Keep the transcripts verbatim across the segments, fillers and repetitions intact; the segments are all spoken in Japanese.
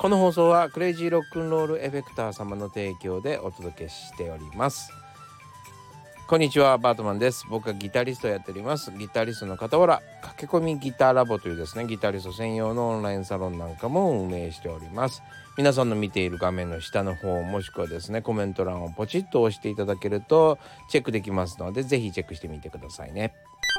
この放送はクレイジーロックンロールエフェクター様の提供でお届けしております。こんにちは、バートマンです。僕はギタリストをやっております。ギタリストの傍ら駆け込みギターラボというですね、ギタリスト専用のオンラインサロンなんかも運営しております。皆さんの見ている画面の下の方、もしくはですねコメント欄をポチッと押していただけるとチェックできますので、ぜひチェックしてみてくださいね。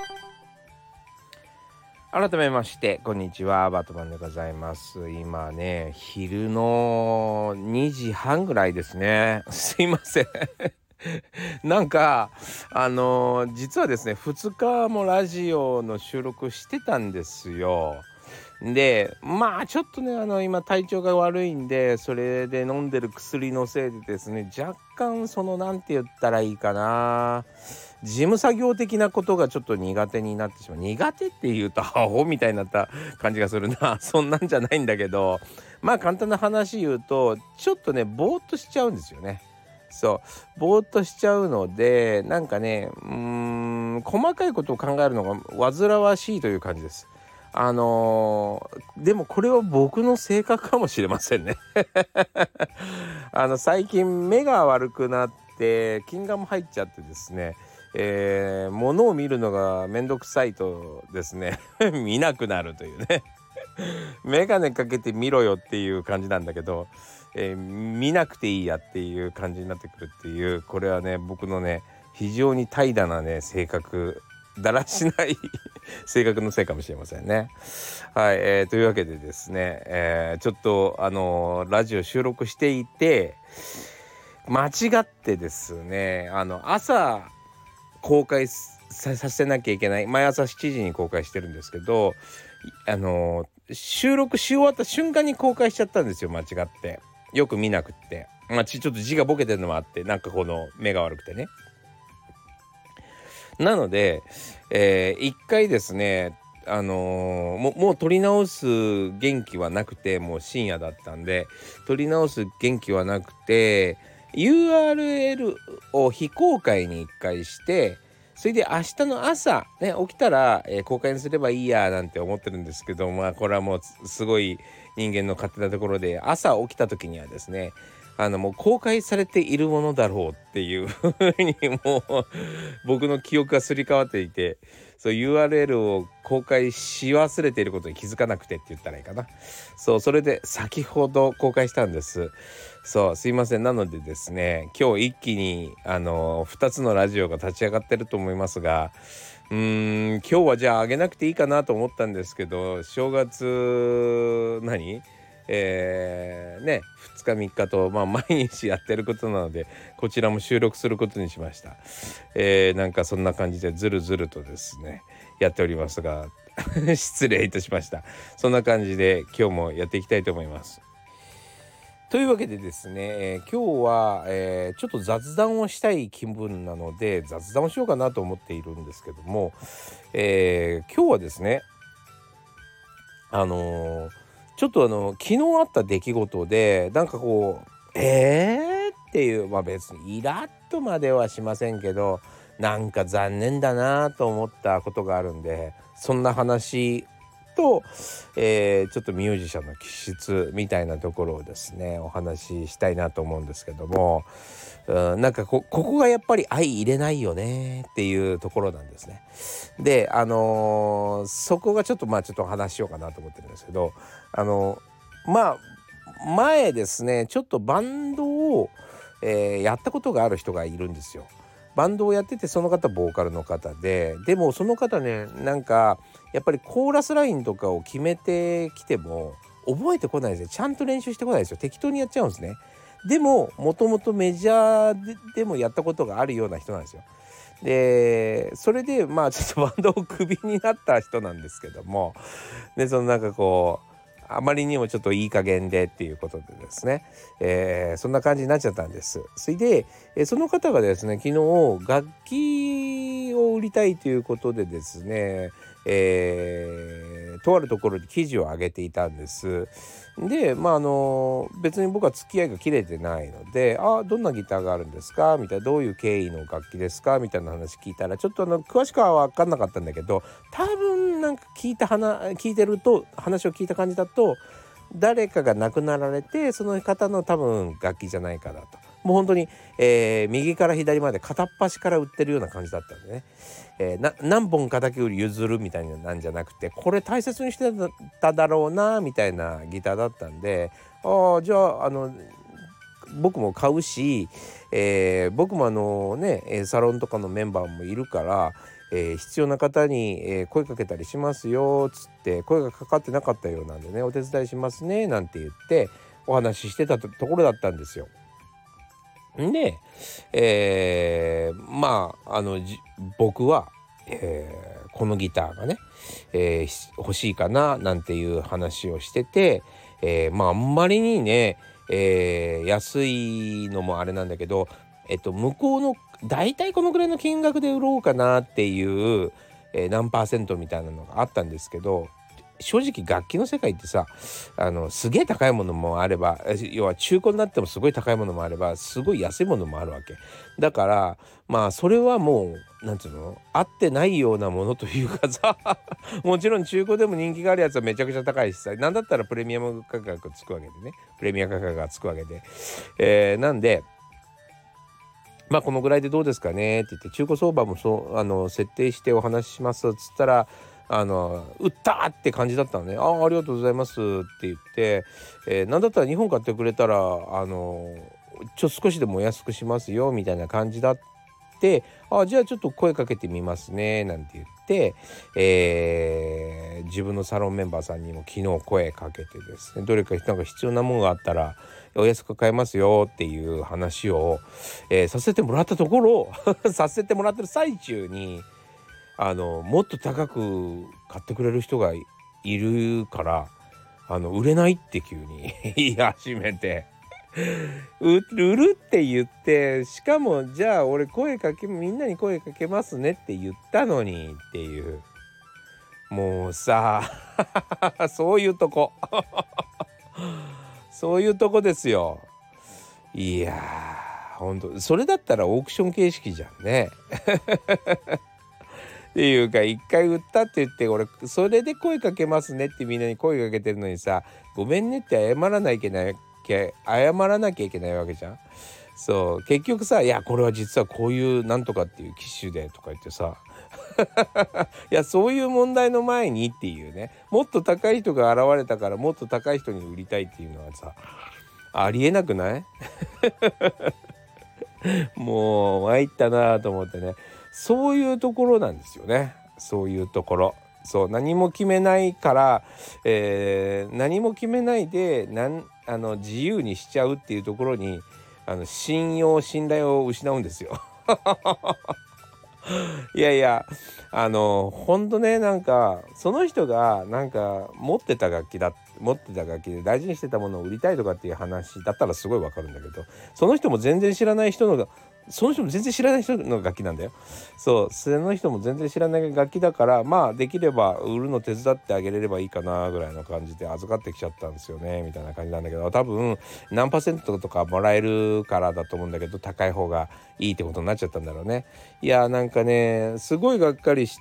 改めましてこんにちは、バートマンでございます。今ね昼のにじはんぐらいですね。すいませんなんかあのー、実はですねふつかもラジオの収録してたんですよ。でまあちょっとねあの今体調が悪いんで、それで飲んでる薬のせいでですね、若干そのなんて言ったらいいかな、事務作業的なことがちょっと苦手になってしまう。苦手っていうとアホみたいになった感じがするなそんなんじゃないんだけど、まあ簡単な話言うとちょっとねぼーっとしちゃうんですよね。そうぼーっとしちゃうので、なんかねうーん細かいことを考えるのが煩わしいという感じです。あのー、でもこれは僕の性格かもしれませんねあの最近目が悪くなって金眼も入っちゃってですね、えー、物を見るのがめんどくさいとですね見なくなるというねメガネかけて見ろよっていう感じなんだけど、えー、見なくていいやっていう感じになってくるっていう、これはね僕のね非常に怠惰なね性格、だらしない性格のせいかもしれませんね。はい、えー、というわけでですね、えー、ちょっとあのー、ラジオ収録していて間違ってですね、あの朝公開させなきゃいけない、毎朝しちじに公開してるんですけど、あのー、収録し終わった瞬間に公開しちゃったんですよ、間違って。よく見なくって、まあ、ちょっと字がボケてるのもあって、なんかこの目が悪くてね。なので、えー、一回ですねあのー、も, もう撮り直す元気はなくて、もう深夜だったんで撮り直す元気はなくて ユーアールエル を非公開に一回して、それで明日の朝ね起きたら、えー、公開にすればいいやなんて思ってるんですけど、まあこれはもうすごい人間の勝手なところで、朝起きた時にはですねあのもう公開されているものだろうっていうふうにもう僕の記憶がすり替わっていて、そう ユーアールエル を公開し忘れていることに気づかなくてって言ったらいいかな。そうそれで先ほど公開したんです。そうすいません。なのでですね今日一気にあのふたつのラジオが立ち上がってると思いますが、うーん今日はじゃあ上げなくていいかなと思ったんですけど、正月何えー、ねふつかみっかと、まあ、毎日やってることなのでこちらも収録することにしました。えー、なんかそんな感じでずるずるとですねやっておりますが失礼いたしました。そんな感じで今日もやっていきたいと思います。というわけでですね、えー、今日は、えー、ちょっと雑談をしたい気分なので雑談をしようかなと思っているんですけども、えー、今日はですねあのーちょっとあの昨日あった出来事でなんかこうえーっていう、まあ別にイラッとまではしませんけど、なんか残念だなと思ったことがあるんで、そんな話と、えー、ちょっとミュージシャンの気質みたいなところをですねお話ししたいなと思うんですけども、うん、なんか こ, ここがやっぱり相入れないよねっていうところなんですね。であのー、そこがちょっとまあちょっと話しようかなと思ってるんですけど、あのまあ前ですねちょっとバンドを、えー、やったことがある人がいるんですよ。バンドをやってて、その方ボーカルの方で、でもその方ねなんかやっぱりコーラスラインとかを決めてきても覚えてこないですよ。ちゃんと練習してこないですよ。適当にやっちゃうんですね。でももともとメジャー で, でもやったことがあるような人なんですよ。でそれでまあちょっとバンドをクビになった人なんですけども、でそのなんかこうあまりにもちょっといい加減でっていうことでですね、えー、そんな感じになっちゃったんです。それで、えー、その方がですね昨日楽器を売りたいということでですね、えー、とあるところに記事を上げていたんです。でまああの別に僕は付き合いが切れてないので、あどんなギターがあるんですかみたいな、どういう経緯の楽器ですかみたいな話聞いたら、ちょっとあの詳しくは分かんなかったんだけど、多分なんか聞いた話聞いてると話を聞いた感じだと誰かが亡くなられて、その方の多分楽器じゃないかなと。もう本当に、えー、右から左まで片っ端から売ってるような感じだったんでね、えー、な何本かだけ譲るみたいなんじゃなくて、これ大切にしてただろうなみたいなギターだったんで、ああじゃああの僕も買うし、えー、僕もあのねサロンとかのメンバーもいるから、えー、必要な方に、えー、声かけたりしますよつって、声がかかってなかったようなんでね、お手伝いしますねなんて言ってお話ししてたところだったんですよ。んで、えー、まああの僕は、えー、このギターがね、えー、欲しいかななんていう話をしてて、えー、まああんまりにね、えー、安いのもあれなんだけど、えっと向こうのだいたいこのぐらいの金額で売ろうかなっていう、えー、何パーセントみたいなのがあったんですけど、正直楽器の世界ってさ、あのすげえ高いものもあれば、要は中古になってもすごい高いものもあれば、すごい安いものもあるわけだから、まあそれはもうなんつうの、合ってないようなものというかさもちろん中古でも人気があるやつはめちゃくちゃ高いしさ、なんだったらプレミアム価格つくわけでね、プレミアム価格がつくわけで、えー、なんでまあこのぐらいでどうですかねって言って、中古相場もそうあの設定してお話ししますっつったら、あの売ったって感じだったのね。ああありがとうございますって言って、えー、なんだったらにほん買ってくれたらあのちょ少しでもお安くしますよみたいな感じだって、あじゃあちょっと声かけてみますねなんて言って、えー、自分のサロンメンバーさんにも昨日声かけてですね、どれかなんか必要なものがあったらお安く買えますよっていう話を、えー、させてもらったところさせてもらってる最中に、あのもっと高く買ってくれる人がいるからあの売れないって急に言い始めて売るって言って、しかもじゃあ俺声かけみんなに声かけますねって言ったのにっていう、もうさそういうとこそういうとこですよ。いやーほんとそれだったらオークション形式じゃんねっていうか、一回売ったって言って俺それで声かけますねってみんなに声かけてるのにさ、ごめんねって謝らなきゃいけない謝らなきゃいけないわけじゃん。そう結局さ、いやこれは実はこういうなんとかっていう機種でとか言ってさいやそういう問題の前にっていうね、もっと高い人が現れたからもっと高い人に売りたいっていうのはさありえなくないもう参ったなと思ってね。そういうところなんですよね。そういうところ、そう何も決めないから、えー、何も決めないでなんあの自由にしちゃうっていうところにあの信用信頼を失うんですよいやいやあのほんとね、なんかその人がなんか持ってた楽器だ持ってた楽器で大事にしてたものを売りたいとかっていう話だったらすごいわかるんだけど、その人も全然知らない人のがその人も全然知らない人の楽器なんだよ。そうその人も全然知らない楽器だから、まあできれば売るの手伝ってあげれればいいかなぐらいの感じで預かってきちゃったんですよねみたいな感じなんだけど、多分何パーセントとかもらえるからだと思うんだけど、高い方がいいってことになっちゃったんだろうね。いやなんかねすごいがっかりして、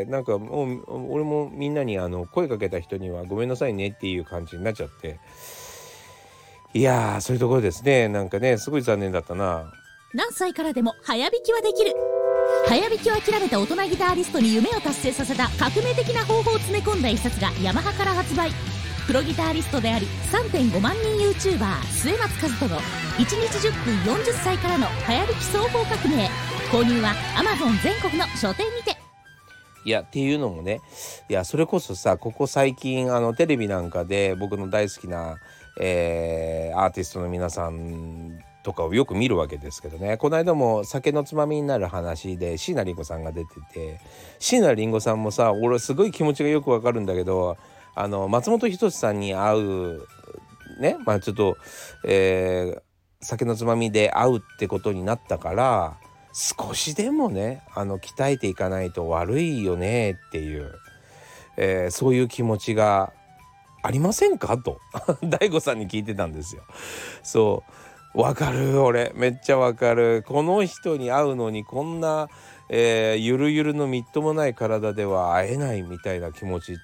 なんかもう俺もみんなにあの声かけた人にはごめんなさいねっていう感じになっちゃって、いやーそういうところですね。なんかねすごい残念だったな。 何歳からでも早弾きはできる。早弾きを諦めた大人ギタリストに夢を達成させた革命的な方法を詰め込んだ一冊がヤマハから発売。プロギタリストであり さんてんご 万人 YouTuber 末松和人のいちにちじゅっぷんよんじゅっさいからの早弾き双方革命。購入は Amazon 全国の書店にて。 いやっていうのもね、いやそれこそさ、ここ最近あのテレビなんかで僕の大好きな、えー、アーティストの皆さんとかをよく見るわけですけどね。この間も酒のつまみになる話で椎名林檎さんが出てて、椎名林檎さんもさ、俺すごい気持ちがよくわかるんだけど、あの松本人志さんに会うね、まあちょっと、えー、酒のつまみで会うってことになったから、少しでもねあの鍛えていかないと悪いよねっていう、えー、そういう気持ちがありませんかと大悟さんに聞いてたんですよ。そうわかる、俺めっちゃわかる。この人に会うのにこんな、えー、ゆるゆるのみっともない体では会えないみたいな気持ちっ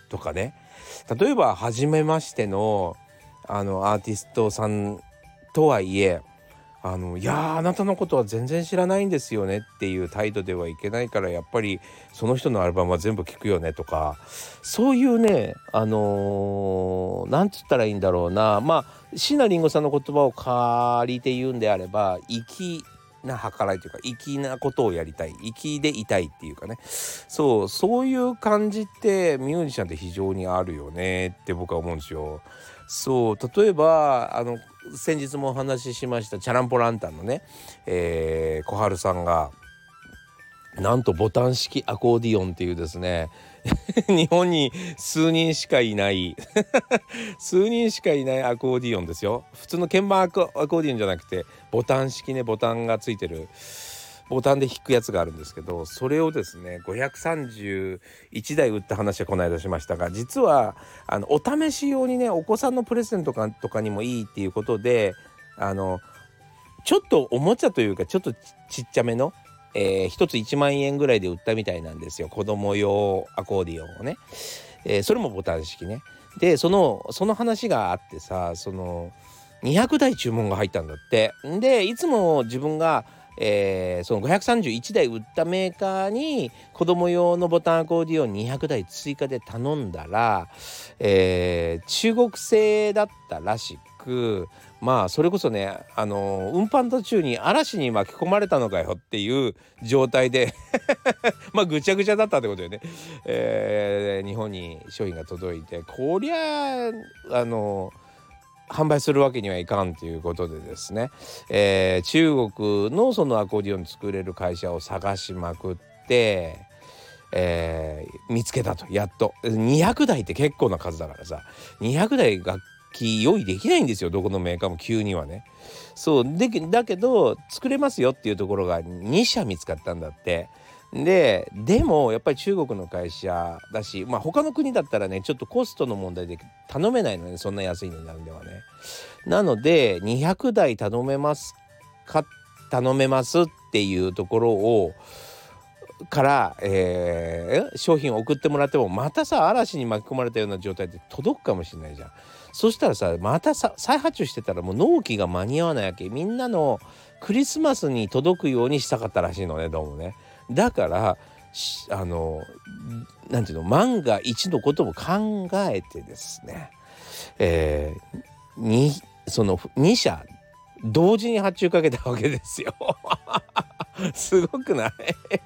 とかね、例えば初めましてのあのアーティストさんとはいえ、あのいやーあなたのことは全然知らないんですよねっていう態度ではいけないから、やっぱりその人のアルバムは全部聴くよねとか、そういうね、あのー、なんつったらいいんだろうな、まあ椎名林檎さんの言葉を借りて言うんであれば、粋な計らいというか、粋なことをやりたい、粋でいたいっていうかね、そうそういう感じってミュージシャンって非常にあるよねって僕は思うんですよ。そう例えばあの先日もお話ししましたチャランポランタンのね、えー、小春さんがなんとボタン式アコーディオンっていうですね日本に数人しかいない数人しかいないアコーディオンですよ。普通の鍵盤アコ、アコーディオンじゃなくてボタン式ね、ボタンがついてるボタンで弾くやつがあるんですけど、それをですねごひゃくさんじゅういちだい売った話はこの間しましたが、実はあのお試し用にね、お子さんのプレゼントとか、とかにもいいっていうことで、あのちょっとおもちゃというかちょっと ち, ちっちゃめの、えー、ひとついちまんえんぐらいで売ったみたいなんですよ、子供用アコーディオンをね、えー、それもボタン式ね。でそのその話があってさ、そのにひゃくだい注文が入ったんだって。でいつも自分がえー、そのごひゃくさんじゅういちだい売ったメーカーに子供用のボタンアコーディオンにひゃくだい追加で頼んだら、えー、中国製だったらしく、まあそれこそね、あの運搬途中に嵐に巻き込まれたのかよっていう状態でまあぐちゃぐちゃだったってことでね、えー、日本に商品が届いて、こりゃあの販売するわけにはいかんということでですね、えー、中国のそのアコーディオン作れる会社を探しまくって、えー、見つけたと。やっとにひゃくだいって結構な数だからさ、にひゃくだい楽器用意できないんですよ、どこのメーカーも急にはね。そうでだけど作れますよっていうところがにしゃ見つかったんだって。ででもやっぱり中国の会社だし、まあ他の国だったらねちょっとコストの問題で頼めないのね、そんな安い値段ではね。なのでにひゃくだい頼めますか頼めますっていうところをから、えー、商品を送ってもらってもまたさ嵐に巻き込まれたような状態で届くかもしれないじゃん。そしたらさまたさ再発注してたらもう納期が間に合わないわけ。みんなのクリスマスに届くようにしたかったらしいのね、どうもね。だからあのなんていうの、万が一のことも考えてですね、えー、にそのにしゃ同時に発注かけたわけですよすごくない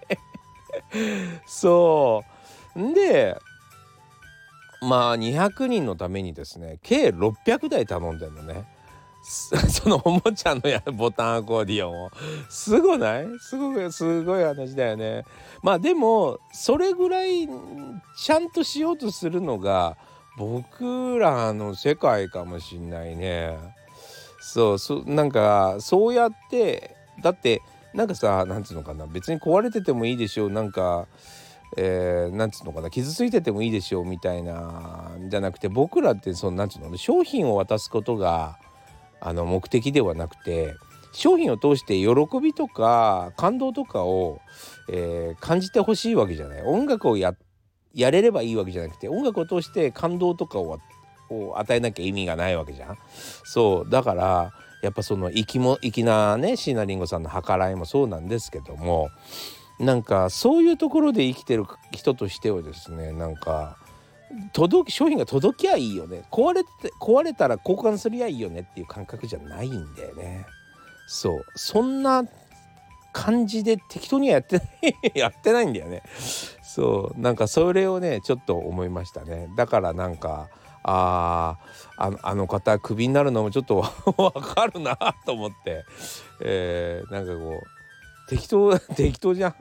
そうでまあにひゃくにんのためにですね計ろっぴゃくだい頼んでんのねそのおもちゃのやボタンアコーディオンを。すごないすごいすごい話だよね。まあでもそれぐらいちゃんとしようとするのが僕らの世界かもしんないね。そうそなんかそうやってだってなんかさなんつうのかな、別に壊れててもいいでしょう、なんかえー、なんつうのかな、傷ついててもいいでしょうみたいなじゃなくて、僕らってそのなんつうの商品を渡すことがあの目的ではなくて、商品を通して喜びとか感動とかを、えー、感じてほしいわけじゃない。音楽を や, やれればいいわけじゃなくて、音楽を通して感動とかをを与えなきゃ意味がないわけじゃん。そうだからやっぱその粋も粋なね椎名林檎さんの計らいもそうなんですけども、なんかそういうところで生きてる人としてはですね、なんか届商品が届きゃいいよね、壊れて壊れたら交換すりゃいいよねっていう感覚じゃないんだよね。そうそんな感じで適当にはやってないやってないんだよね。そうなんかそれをねちょっと思いましたね。だからなんかああの、あの方クビになるのもちょっとわかるなと思って、えー、なんかこう適当適当じゃん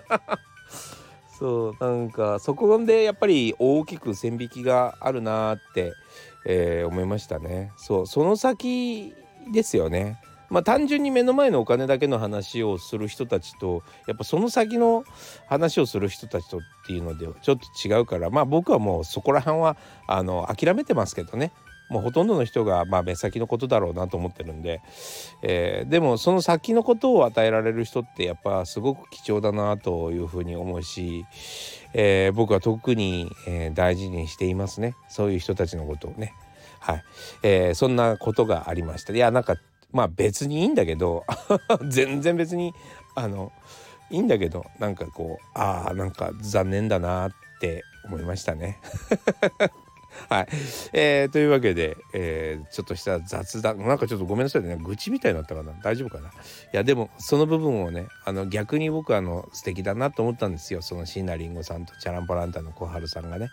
そうなんかそこでやっぱり大きく線引きがあるなって、えー、思いましたね。そうその先ですよね。まあ単純に目の前のお金だけの話をする人たちとやっぱその先の話をする人たちとっていうのでちょっと違うから、まあ僕はもうそこら辺はあの諦めてますけどね。 もうほとんどの人がまあ目先のことだろうなと思ってるんで、えー、でもその先のことを与えられる人ってやっぱすごく貴重だなというふうに思うし、えー、僕は特に、えー、大事にしていますね、そういう人たちのことをね。はい、えー、そんなことがありました。いやなんかまあ別にいいんだけど全然別にあのいいんだけど、なんかこうああなんか残念だなって思いましたねはい、えー、というわけで、えー、ちょっとした雑談、なんかちょっとごめんなさいね、愚痴みたいになったかな、大丈夫かな。いやでもその部分をね、あの逆に僕はあの素敵だなと思ったんですよ、その椎名林檎さんとチャランポランタンの小春さんがね。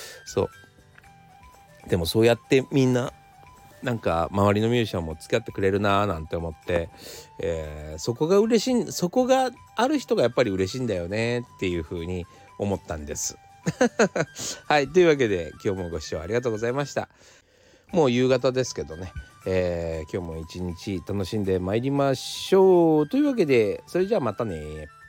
そうでもそうやってみんななんか周りのミュージシャンも付き合ってくれるなーなんて思って、えー、そこが嬉しい、そこがある人がやっぱり嬉しいんだよねっていう風に思ったんですはい、というわけで今日もご視聴ありがとうございました。もう夕方ですけどね、えー、今日も一日楽しんでまいりましょう。というわけでそれじゃあまたね。